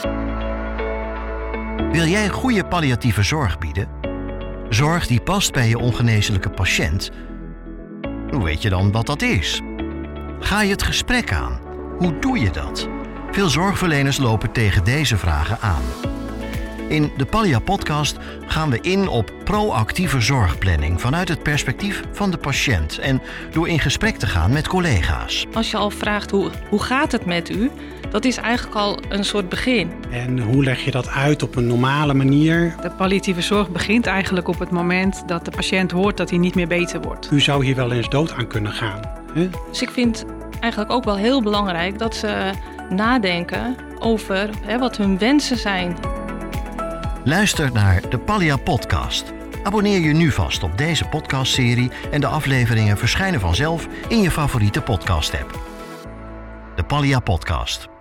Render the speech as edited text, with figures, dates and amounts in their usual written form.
Wil jij goede palliatieve zorg bieden? Zorg die past bij je ongeneeslijke patiënt? Hoe weet je dan wat dat is? Ga je het gesprek aan? Hoe doe je dat? Veel zorgverleners lopen tegen deze vragen aan. In de Pallia-podcast gaan we in op proactieve zorgplanning vanuit het perspectief van de patiënt en door in gesprek te gaan met collega's. Als je al vraagt hoe gaat het met u, dat is eigenlijk al een soort begin. En hoe leg je dat uit op een normale manier? De palliatieve zorg begint eigenlijk op het moment dat de patiënt hoort dat hij niet meer beter wordt. U zou hier wel eens dood aan kunnen gaan. Hè? Dus ik vind eigenlijk ook wel heel belangrijk dat ze nadenken over wat hun wensen zijn. Luister naar de Pallia-podcast. Abonneer je nu vast op deze podcastserie en de afleveringen verschijnen vanzelf in je favoriete podcast-app. De Pallia-podcast.